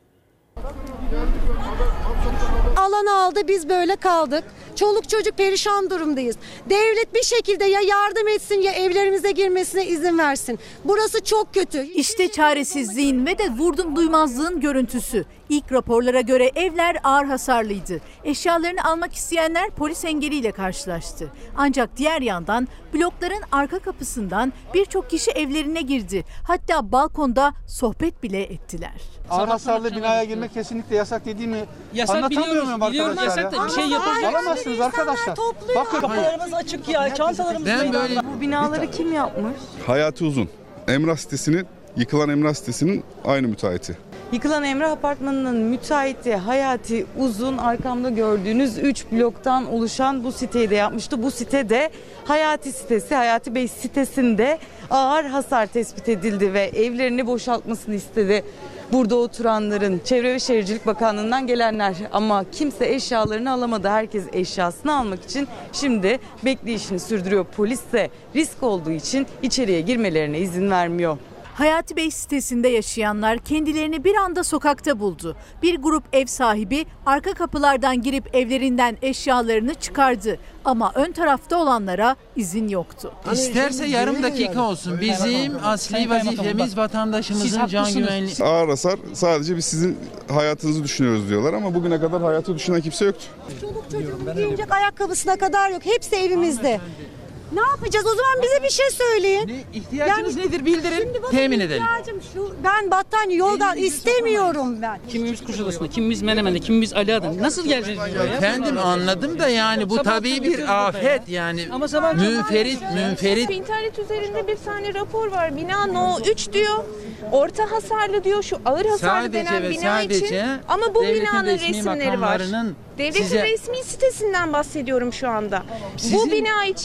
Alanı aldı, biz böyle kaldık. Çoluk çocuk perişan durumdayız. Devlet bir şekilde ya yardım etsin ya evlerimize girmesine izin versin. Burası çok kötü. İşte çaresizliğin ve de vurdum duymazlığın görüntüsü. İlk raporlara göre evler ağır hasarlıydı. Eşyalarını almak isteyenler polis engeliyle karşılaştı. Ancak diğer yandan blokların arka kapısından birçok kişi evlerine girdi. Hatta balkonda sohbet bile ettiler. Ağır hasarlı binaya girmek kesinlikle yasak dediğimi yasak anlatamıyorum biliyoruz, biliyorum arkadaşlar yasak ya. da bir şey yapacak. Alamazsınız arkadaşlar. Bakın kapılarımız açık ya, çantalarımız ben böyle... Bu binaları kim yapmış? Hayatı Uzun. Emrah sitesinin, yıkılan Emrah sitesinin aynı müteahhiti. Yıkılan Emrah Apartmanı'nın müteahhiti Hayati Uzun, arkamda gördüğünüz üç bloktan oluşan bu siteyi de yapmıştı. Bu sitede Hayati sitesi, Hayati Bey sitesinde ağır hasar tespit edildi ve evlerini boşaltmasını istedi. Burada oturanların, Çevre ve Şehircilik Bakanlığı'ndan gelenler, ama kimse eşyalarını alamadı. Herkes eşyasını almak için şimdi bekleyişini sürdürüyor. Polis de risk olduğu için içeriye girmelerine izin vermiyor. Hayati Bey sitesinde yaşayanlar kendilerini bir anda sokakta buldu. Bir grup ev sahibi arka kapılardan girip evlerinden eşyalarını çıkardı. Ama ön tarafta olanlara izin yoktu. İsterse yarım dakika olsun. Bizim asli vazifemiz vatandaşımızın can güvenliği. Ağır hasar sadece biz sizin hayatınızı düşünüyoruz diyorlar ama bugüne kadar hayatı düşünen kimse yoktu. Çoluk çocuğun giyinecek ayakkabısına kadar yok. Hepsi evimizde. Ne yapacağız? O zaman bize bir şey söyleyin. Ne, ihtiyacınız yani, nedir bildirin, temin edelim. Şu, ben battaniye yoldan istemiyorum ben. Kimimiz Kuşadası'nda, kimimiz Menemen'de, kimimiz Aliağa'da. Nasıl geleceğiz buraya? Efendim anladım da yani bu tabii bir afet yani. Münferit, münferit. İnternet üzerinde bir tane rapor var. Bina No üç diyor. Orta hasarlı diyor, şu ağır hasarlı sadece denen bina sadece için. Ama bu binanın resmi resimleri var. Devletin size... resmi sitesinden bahsediyorum şu anda. Sizin... Bu bina için orta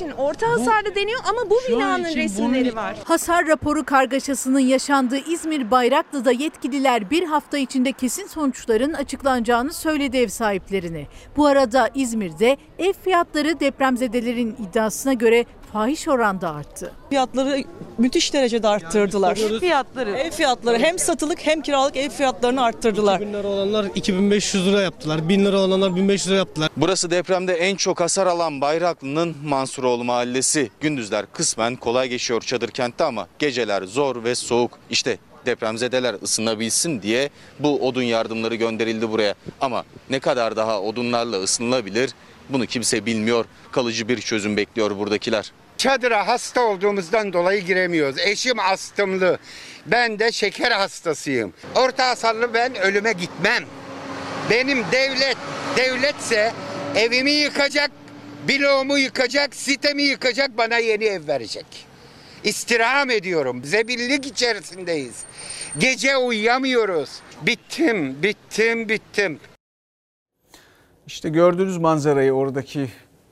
hasarlı deniyor ama bu binanın resimleri bunun... var. Hasar raporu kargaşasının yaşandığı İzmir Bayraklı'da yetkililer bir hafta içinde kesin sonuçların açıklanacağını söyledi ev sahiplerine. Bu arada İzmir'de ev fiyatları depremzedelerin iddiasına göre fahiş oranda arttı. Fiyatları müthiş derecede arttırdılar. Ev fiyatları. Ev fiyatları hem satılık hem kiralık ev fiyatlarını arttırdılar. iki bin lira olanlar iki bin beş yüz lira yaptılar. bin lira olanlar bin beş yüz lira yaptılar. Burası depremde en çok hasar alan Bayraklı'nın Mansuroğlu mahallesi. Gündüzler kısmen kolay geçiyor çadır kentte ama geceler zor ve soğuk. İşte depremzedeler ısınabilsin diye bu odun yardımları gönderildi buraya. Ama ne kadar daha odunlarla ısınılabilir bunu kimse bilmiyor. Kalıcı bir çözüm bekliyor buradakiler. Çadıra hasta olduğumuzdan dolayı giremiyoruz. Eşim astımlı. Ben de şeker hastasıyım. Orta hasarlı ben ölüme gitmem. Benim devlet, devletse evimi yıkacak, bloğumu yıkacak, sitemi yıkacak, bana yeni ev verecek. İstirham ediyorum. Zebillik içerisindeyiz. Gece uyuyamıyoruz. Bittim, bittim, bittim. İşte gördüğünüz manzarayı, oradaki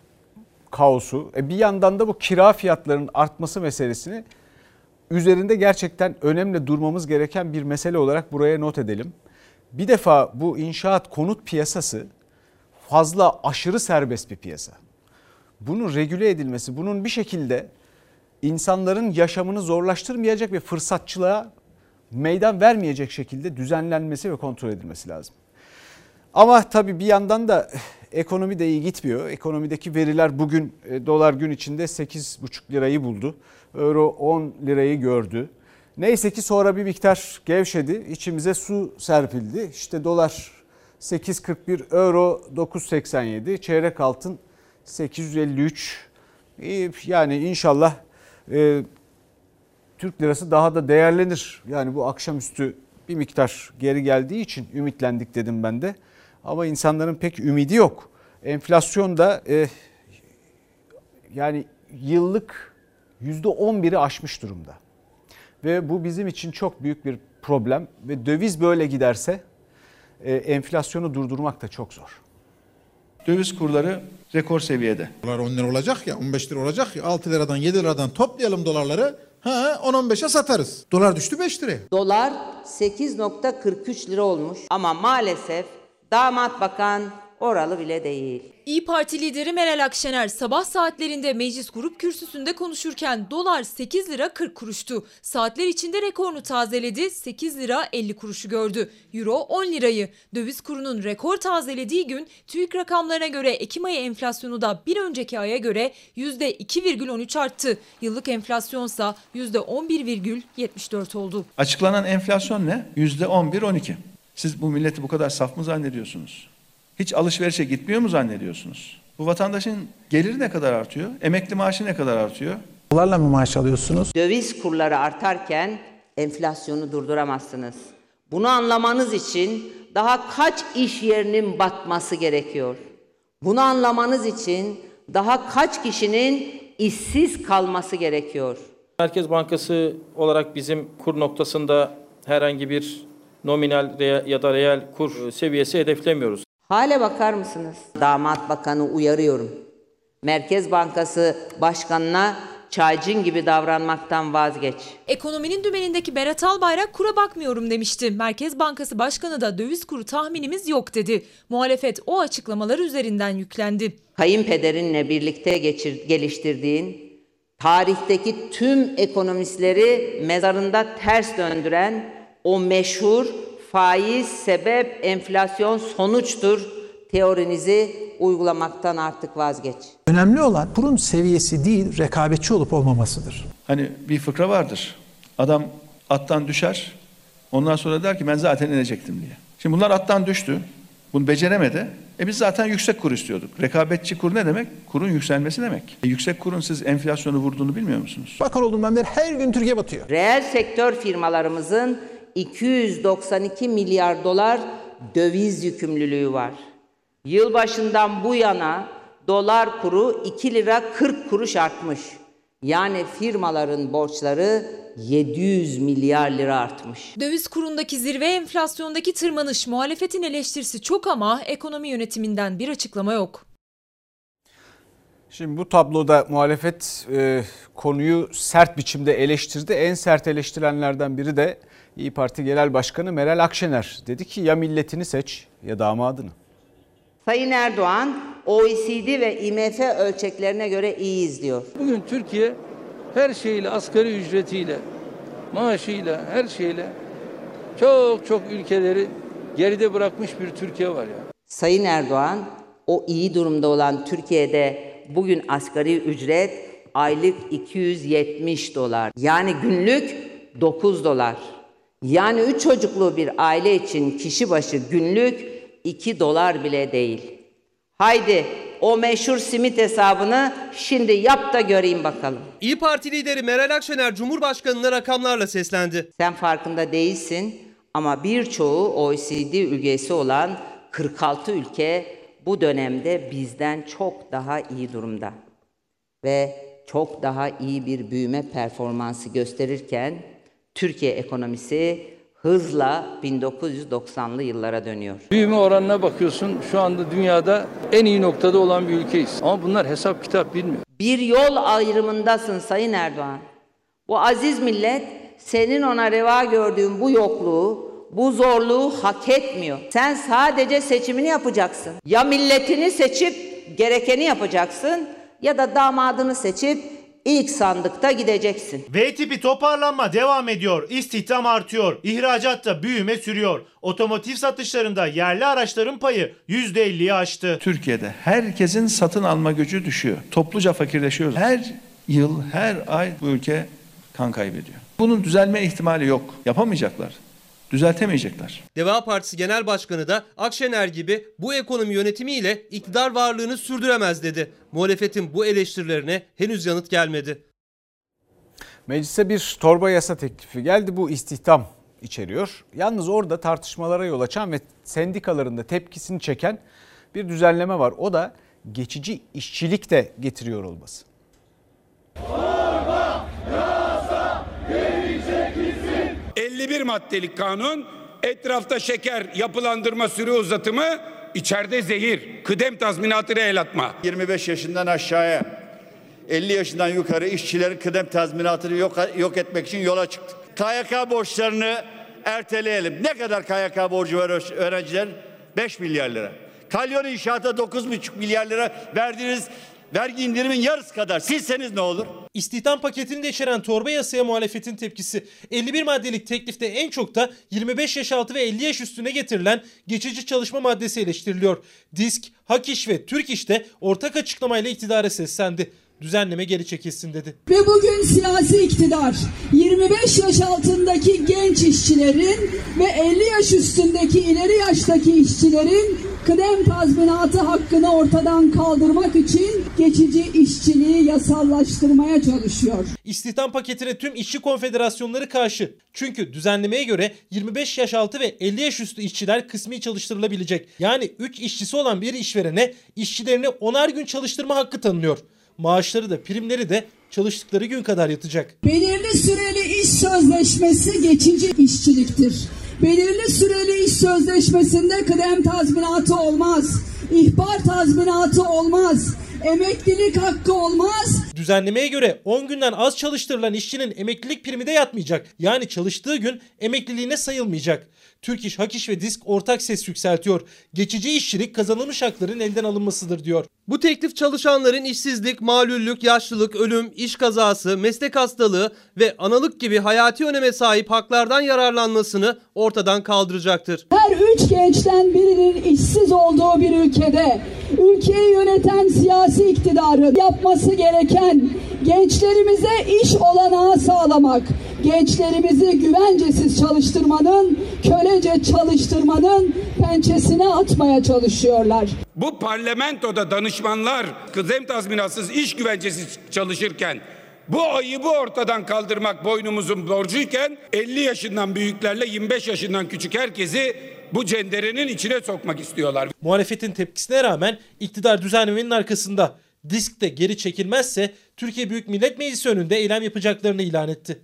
kaosu. E bir yandan da bu kira fiyatlarının artması meselesini üzerinde gerçekten önemli durmamız gereken bir mesele olarak buraya not edelim. Bir defa bu inşaat konut piyasası fazla aşırı serbest bir piyasa. Bunun regüle edilmesi, bunun bir şekilde insanların yaşamını zorlaştırmayacak ve fırsatçılığa meydan vermeyecek şekilde düzenlenmesi ve kontrol edilmesi lazım. Ama tabii bir yandan da ekonomi de iyi gitmiyor. Ekonomideki veriler bugün dolar gün içinde sekiz buçuk lirayı buldu. Euro on lirayı gördü. Neyse ki sonra bir miktar gevşedi. İçimize su serpildi. İşte dolar sekiz kırk bir, euro dokuz seksen yedi, çeyrek altın sekiz yüz elli üç. Yani inşallah e, Türk lirası daha da değerlenir. Yani bu akşamüstü bir miktar geri geldiği için ümitlendik dedim ben de. Ama insanların pek ümidi yok. Enflasyon da e, yani yıllık yüzde on biri aşmış durumda. Ve bu bizim için çok büyük bir problem. Ve döviz böyle giderse e, enflasyonu durdurmak da çok zor. Döviz kurları rekor seviyede. Dolar on lira olacak ya, on beş lira olacak ya, altı liradan yedi liradan toplayalım dolarları. Ha, on on beşe satarız. Dolar düştü beş liraya. Dolar sekiz nokta kırk üç lira olmuş ama maalesef damat bakan oralı bile değil. İYİ Parti lideri Meral Akşener sabah saatlerinde meclis grup kürsüsünde konuşurken dolar sekiz lira kırk kuruştu. Saatler içinde rekorunu tazeledi, sekiz lira elli kuruşu gördü. Euro on lirayı. Döviz kurunun rekor tazelediği gün TÜİK rakamlarına göre Ekim ayı enflasyonu da bir önceki aya göre yüzde iki virgül on üç arttı. Yıllık enflasyonsa yüzde on bir virgül yetmiş dört oldu. Açıklanan enflasyon ne? yüzde on bir on iki. Siz bu milleti bu kadar saf mı zannediyorsunuz? Hiç alışverişe gitmiyor mu zannediyorsunuz? Bu vatandaşın geliri ne kadar artıyor? Emekli maaşı ne kadar artıyor? Dolarla mı maaş alıyorsunuz? Döviz kurları artarken enflasyonu durduramazsınız. Bunu anlamanız için daha kaç iş yerinin batması gerekiyor? Bunu anlamanız için daha kaç kişinin işsiz kalması gerekiyor? Merkez Bankası olarak bizim kur noktasında herhangi bir nominal ya da reel kur seviyesi hedeflemiyoruz. Hale bakar mısınız? Damat Bakanı uyarıyorum. Merkez Bankası Başkanı'na çaycın gibi davranmaktan vazgeç. Ekonominin dümenindeki Berat Albayrak kura bakmıyorum demişti. Merkez Bankası Başkanı da döviz kuru tahminimiz yok dedi. Muhalefet o açıklamalar üzerinden yüklendi. Kayınpederinle birlikte geçir, geliştirdiğin, tarihteki tüm ekonomistleri mezarında ters döndüren o meşhur faiz sebep, enflasyon sonuçtur teorinizi uygulamaktan artık vazgeç. Önemli olan kurun seviyesi değil, rekabetçi olup olmamasıdır. Hani bir fıkra vardır. Adam attan düşer, ondan sonra der ki ben zaten inecektim diye. Şimdi bunlar attan düştü, bunu beceremedi. E biz zaten yüksek kur istiyorduk. Rekabetçi kur ne demek? Kurun yükselmesi demek. E yüksek kurun siz enflasyonu vurduğunu bilmiyor musunuz? Bakan olduğumdan beri her gün Türkiye batıyor. Reel sektör firmalarımızın iki yüz doksan iki milyar dolar döviz yükümlülüğü var. Yılbaşından bu yana dolar kuru iki lira kırk kuruş artmış. Yani firmaların borçları yedi yüz milyar lira artmış. Döviz kurundaki zirve, enflasyondaki tırmanış, muhalefetin eleştirisi çok ama ekonomi yönetiminden bir açıklama yok. Şimdi bu tabloda muhalefet e, konuyu sert biçimde eleştirdi. En sert eleştirenlerden biri de İYİ Parti Genel Başkanı Meral Akşener. Dedi ki ya milletini seç ya damadını. Sayın Erdoğan O E C D ve I M F ölçeklerine göre iyi izliyor. Bugün Türkiye her şeyle, asgari ücretiyle, maaşıyla, her şeyle çok çok ülkeleri geride bırakmış bir Türkiye var ya. Sayın Erdoğan o iyi durumda olan Türkiye'de bugün asgari ücret aylık iki yüz yetmiş dolar. Yani günlük dokuz dolar. Yani üç çocuklu bir aile için kişi başı günlük iki dolar bile değil. Haydi o meşhur simit hesabını şimdi yap da göreyim bakalım. İYİ Parti lideri Meral Akşener Cumhurbaşkanı'na rakamlarla seslendi. Sen farkında değilsin ama birçoğu O E C D üyesi olan kırk altı ülke bu dönemde bizden çok daha iyi durumda. Ve çok daha iyi bir büyüme performansı gösterirken Türkiye ekonomisi hızla bin dokuz yüz doksanlı yıllara dönüyor. Büyüme oranına bakıyorsun, şu anda dünyada en iyi noktada olan bir ülkeyiz. Ama bunlar hesap kitap bilmiyor. Bir yol ayrımındasın Sayın Erdoğan. Bu aziz millet senin ona reva gördüğün bu yokluğu, bu zorluğu hak etmiyor. Sen sadece seçimini yapacaksın. Ya milletini seçip gerekeni yapacaksın ya da damadını seçip İlk sandıkta gideceksin. V tipi toparlanma devam ediyor. İstihdam artıyor. İhracatta büyüme sürüyor. Otomotiv satışlarında yerli araçların payı yüzde elliyi aştı. Türkiye'de herkesin satın alma gücü düşüyor. Topluca fakirleşiyoruz. Her yıl, her ay bu ülke kan kaybediyor. Bunun düzelme ihtimali yok. Yapamayacaklar. Düzeltemeyecekler. Deva Partisi Genel Başkanı da Akşener gibi bu ekonomi yönetimiyle iktidar varlığını sürdüremez dedi. Muhalefetin bu eleştirilerine henüz yanıt gelmedi. Meclise bir torba yasa teklifi geldi. Bu istihdam içeriyor. Yalnız orada tartışmalara yol açan ve sendikaların da tepkisini çeken bir düzenleme var. O da geçici işçilik de getiriyor olması. elli bir maddelik kanun, etrafta şeker, yapılandırma süre uzatımı, içeride zehir, kıdem tazminatına el atma. yirmi beş yaşından aşağıya, elli yaşından yukarı işçilerin kıdem tazminatını yok, yok etmek için yola çıktık. K Y K borçlarını erteleyelim. Ne kadar K Y K borcu var öğrenciler? beş milyar lira. Kalyon İnşaat'a dokuz buçuk milyar lira verdiğiniz vergi indirimin yarısı kadar silseniz ne olur? İstihdam paketini de içeren torba yasaya muhalefetin tepkisi. elli bir maddelik teklifte en çok da yirmi beş yaş altı ve elli yaş üstüne getirilen geçici çalışma maddesi eleştiriliyor. DİSK, HAKİŞ ve TÜRKİŞ de ortak açıklamayla iktidara seslendi. Düzenleme geri çekilsin dedi. Ve bugün siyasi iktidar yirmi beş yaş altındaki genç işçilerin ve elli yaş üstündeki ileri yaştaki işçilerin kıdem tazminatı hakkını ortadan kaldırmak için geçici işçiliği yasallaştırmaya çalışıyor. İstihdam paketine tüm işçi konfederasyonları karşı. Çünkü düzenlemeye göre yirmi beş yaş altı ve elli yaş üstü işçiler kısmi çalıştırılabilecek. Yani üç işçisi olan bir işverene işçilerini onar gün çalıştırma hakkı tanınıyor. Maaşları da primleri de çalıştıkları gün kadar yatacak. Belirli süreli iş sözleşmesi geçici işçiliktir. Belirli süreli iş sözleşmesinde kıdem tazminatı olmaz, ihbar tazminatı olmaz, emeklilik hakkı olmaz. Düzenlemeye göre on günden az çalıştırılan işçinin emeklilik primi de yatmayacak. Yani çalıştığı gün emekliliğine sayılmayacak. Türk İş, HAKİŞ ve DİSK ortak ses yükseltiyor. Geçici işçilik kazanılmış hakların elden alınmasıdır diyor. Bu teklif çalışanların işsizlik, malüllük, yaşlılık, ölüm, iş kazası, meslek hastalığı ve analık gibi hayati öneme sahip haklardan yararlanmasını ortadan kaldıracaktır. Her üç gençten birinin işsiz olduğu bir ülkede ülkeyi yöneten siyasi iktidarın yapması gereken gençlerimize iş olanağı sağlamak, gençlerimizi güvencesiz çalıştırmanın, kölece çalıştırmanın pençesine atmaya çalışıyorlar. Bu parlamentoda danışmanlar kıdem tazminatsız, iş güvencesiz çalışırken bu ayıbı ortadan kaldırmak boynumuzun borcuyken elli yaşından büyüklerle yirmi beş yaşından küçük herkesi bu cenderenin içine sokmak istiyorlar. Muhalefetin tepkisine rağmen iktidar düzenlemenin arkasında. DİSK de geri çekilmezse Türkiye Büyük Millet Meclisi önünde eylem yapacaklarını ilan etti.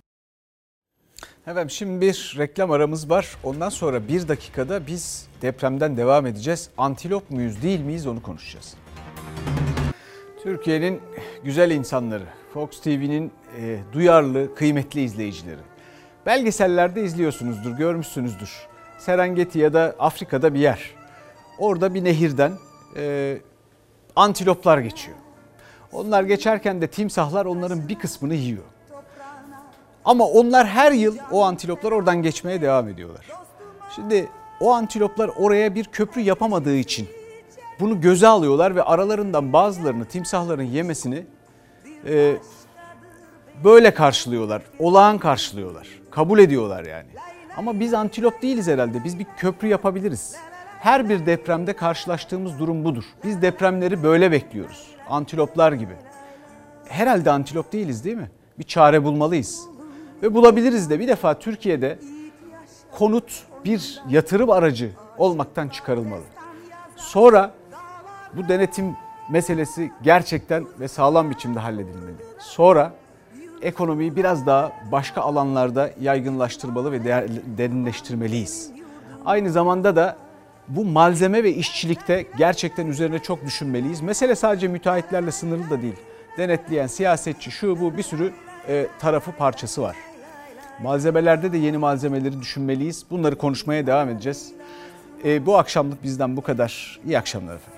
Efendim şimdi bir reklam aramız var. Ondan sonra bir dakikada biz depremden devam edeceğiz. Antilop muyuz değil miyiz onu konuşacağız. Türkiye'nin güzel insanları, Fox T V'nin e, duyarlı, kıymetli izleyicileri. Belgesellerde izliyorsunuzdur, görmüşsünüzdür. Serengeti ya da Afrika'da bir yer. Orada bir nehirden e, antiloplar geçiyor. Onlar geçerken de timsahlar onların bir kısmını yiyor. Ama onlar her yıl o antiloplar oradan geçmeye devam ediyorlar. Şimdi o antiloplar oraya bir köprü yapamadığı için bunu göze alıyorlar ve aralarından bazılarını timsahların yemesini e, böyle karşılıyorlar. Olağan karşılıyorlar. Kabul ediyorlar yani. Ama biz antilop değiliz herhalde. Biz bir köprü yapabiliriz. Her bir depremde karşılaştığımız durum budur. Biz depremleri böyle bekliyoruz. Antiloplar gibi. Herhalde antilop değiliz değil mi? Bir çare bulmalıyız. Ve bulabiliriz de. Bir defa Türkiye'de konut bir yatırım aracı olmaktan çıkarılmalı. Sonra bu denetim meselesi gerçekten ve sağlam biçimde halledilmeli. Sonra ekonomiyi biraz daha başka alanlarda yaygınlaştırmalı ve derinleştirmeliyiz. Aynı zamanda da bu malzeme ve işçilikte gerçekten üzerine çok düşünmeliyiz. Mesele sadece müteahhitlerle sınırlı da değil. Denetleyen siyasetçi, şu bu bir sürü e, tarafı parçası var. Malzemelerde de yeni malzemeleri düşünmeliyiz. Bunları konuşmaya devam edeceğiz. E, bu akşamlık bizden bu kadar. İyi akşamlar efendim.